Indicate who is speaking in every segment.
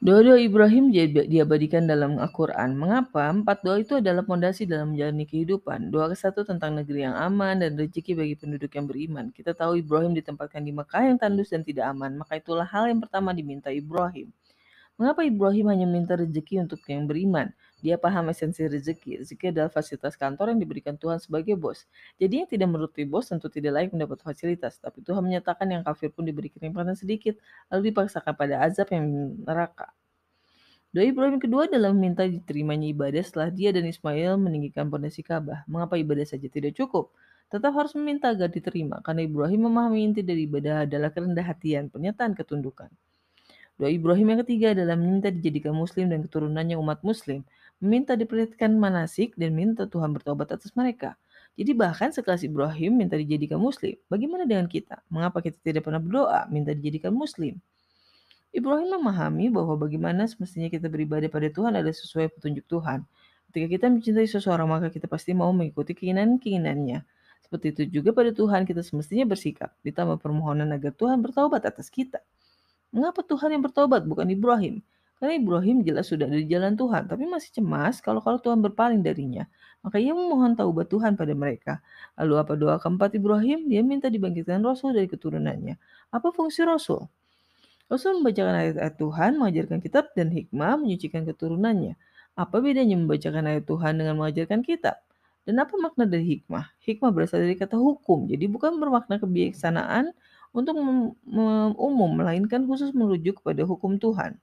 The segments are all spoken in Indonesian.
Speaker 1: Doa-doa Ibrahim diabadikan dalam Al-Quran. Mengapa? 4 doa itu adalah fondasi dalam menjalani kehidupan. Doa ke-1 tentang negeri yang aman dan rezeki bagi penduduk yang beriman. Kita tahu Ibrahim ditempatkan di Mekah yang tandus dan tidak aman, maka itulah hal yang pertama diminta Ibrahim. Mengapa Ibrahim hanya minta rezeki untuk yang beriman? Dia paham esensi rezeki. Rezeki adalah fasilitas kantor yang diberikan Tuhan sebagai bos. Jadi yang tidak menuruti bos tentu tidak layak mendapat fasilitas. Tapi Tuhan menyatakan yang kafir pun diberi kerimpanan sedikit, lalu dipaksakan pada azab yang neraka. Doa Ibrahim kedua adalah meminta diterimanya ibadah setelah dia dan Ismail meninggikan pondasi Ka'bah. Mengapa ibadah saja tidak cukup? Tetap harus meminta agar diterima, karena Ibrahim memahami inti dari ibadah adalah kerendah hatian, pernyataan ketundukan. Doa Ibrahim yang ketiga adalah meminta dijadikan muslim dan keturunannya umat muslim, meminta diperlihatkan manasik dan minta Tuhan bertobat atas mereka. Jadi bahkan sekelas Ibrahim minta dijadikan muslim, bagaimana dengan kita? Mengapa kita tidak pernah berdoa minta dijadikan muslim? Ibrahim memahami bahwa bagaimana semestinya kita beribadah pada Tuhan adalah sesuai petunjuk Tuhan. Ketika kita mencintai seseorang, maka kita pasti mau mengikuti keinginan-keinginannya. Seperti itu juga pada Tuhan kita semestinya bersikap, ditambah permohonan agar Tuhan bertaubat atas kita. Mengapa Tuhan yang bertobat bukan Ibrahim? Karena Ibrahim jelas sudah ada di jalan Tuhan, tapi masih cemas kalau Tuhan berpaling darinya. Maka ia memohon taubat Tuhan pada mereka. Lalu apa doa keempat Ibrahim? Dia minta dibangkitkan Rasul dari keturunannya. Apa fungsi Rasul? Rasul membacakan ayat-ayat Tuhan, mengajarkan kitab dan hikmah, menyucikan keturunannya. Apa bedanya membacakan ayat Tuhan dengan mengajarkan kitab? Dan apa makna dari hikmah? Hikmah berasal dari kata hukum, jadi bukan bermakna kebijaksanaan untuk umum, melainkan khusus merujuk kepada hukum Tuhan.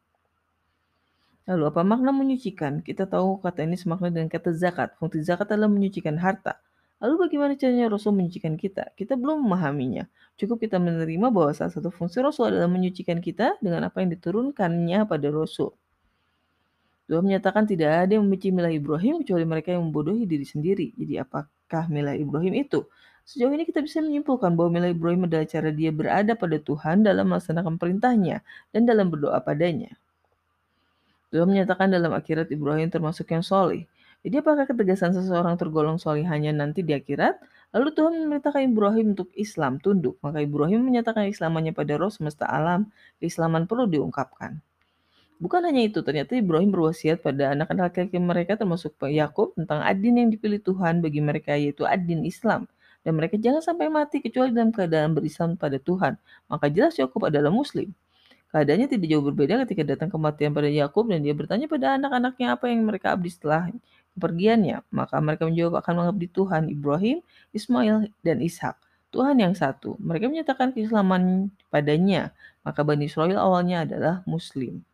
Speaker 1: Lalu apa makna menyucikan? Kita tahu kata ini semakna dengan kata zakat. Fungsi zakat adalah menyucikan harta. Lalu bagaimana caranya Rasul menyucikan kita? Kita belum memahaminya. Cukup kita menerima bahwa salah satu fungsi Rasul adalah menyucikan kita dengan apa yang diturunkannya pada Rasul. Tuhan menyatakan tidak ada yang membenci milah Ibrahim kecuali mereka yang membodohi diri sendiri. Jadi apakah milah Ibrahim itu? Sejauh ini kita bisa menyimpulkan bahwa milah Ibrahim adalah cara dia berada pada Tuhan dalam melaksanakan perintahnya dan dalam berdoa padanya. Tuhan menyatakan dalam akhirat Ibrahim termasuk yang soleh. Jadi apakah ketegasan seseorang tergolong soleh hanya nanti di akhirat? Lalu Tuhan memerintahkan Ibrahim untuk Islam, tunduk. Maka Ibrahim menyatakan keislamannya pada roh semesta alam. Keislaman perlu diungkapkan. Bukan hanya itu, ternyata Ibrahim berwasiat pada anak-anak laki-laki mereka termasuk Yakub tentang adin yang dipilih Tuhan bagi mereka yaitu adin Islam. Dan mereka jangan sampai mati kecuali dalam keadaan berislam pada Tuhan. Maka jelas Yakub adalah muslim. Keadaannya tidak jauh berbeda ketika datang kematian pada Yakub dan dia bertanya pada anak-anaknya apa yang mereka abdi setelah kepergiannya. Maka mereka menjawab akan mengabdi Tuhan Ibrahim, Ismail, dan Ishak. Tuhan yang satu. Mereka menyatakan keislaman padanya. Maka Bani Israel awalnya adalah Muslim.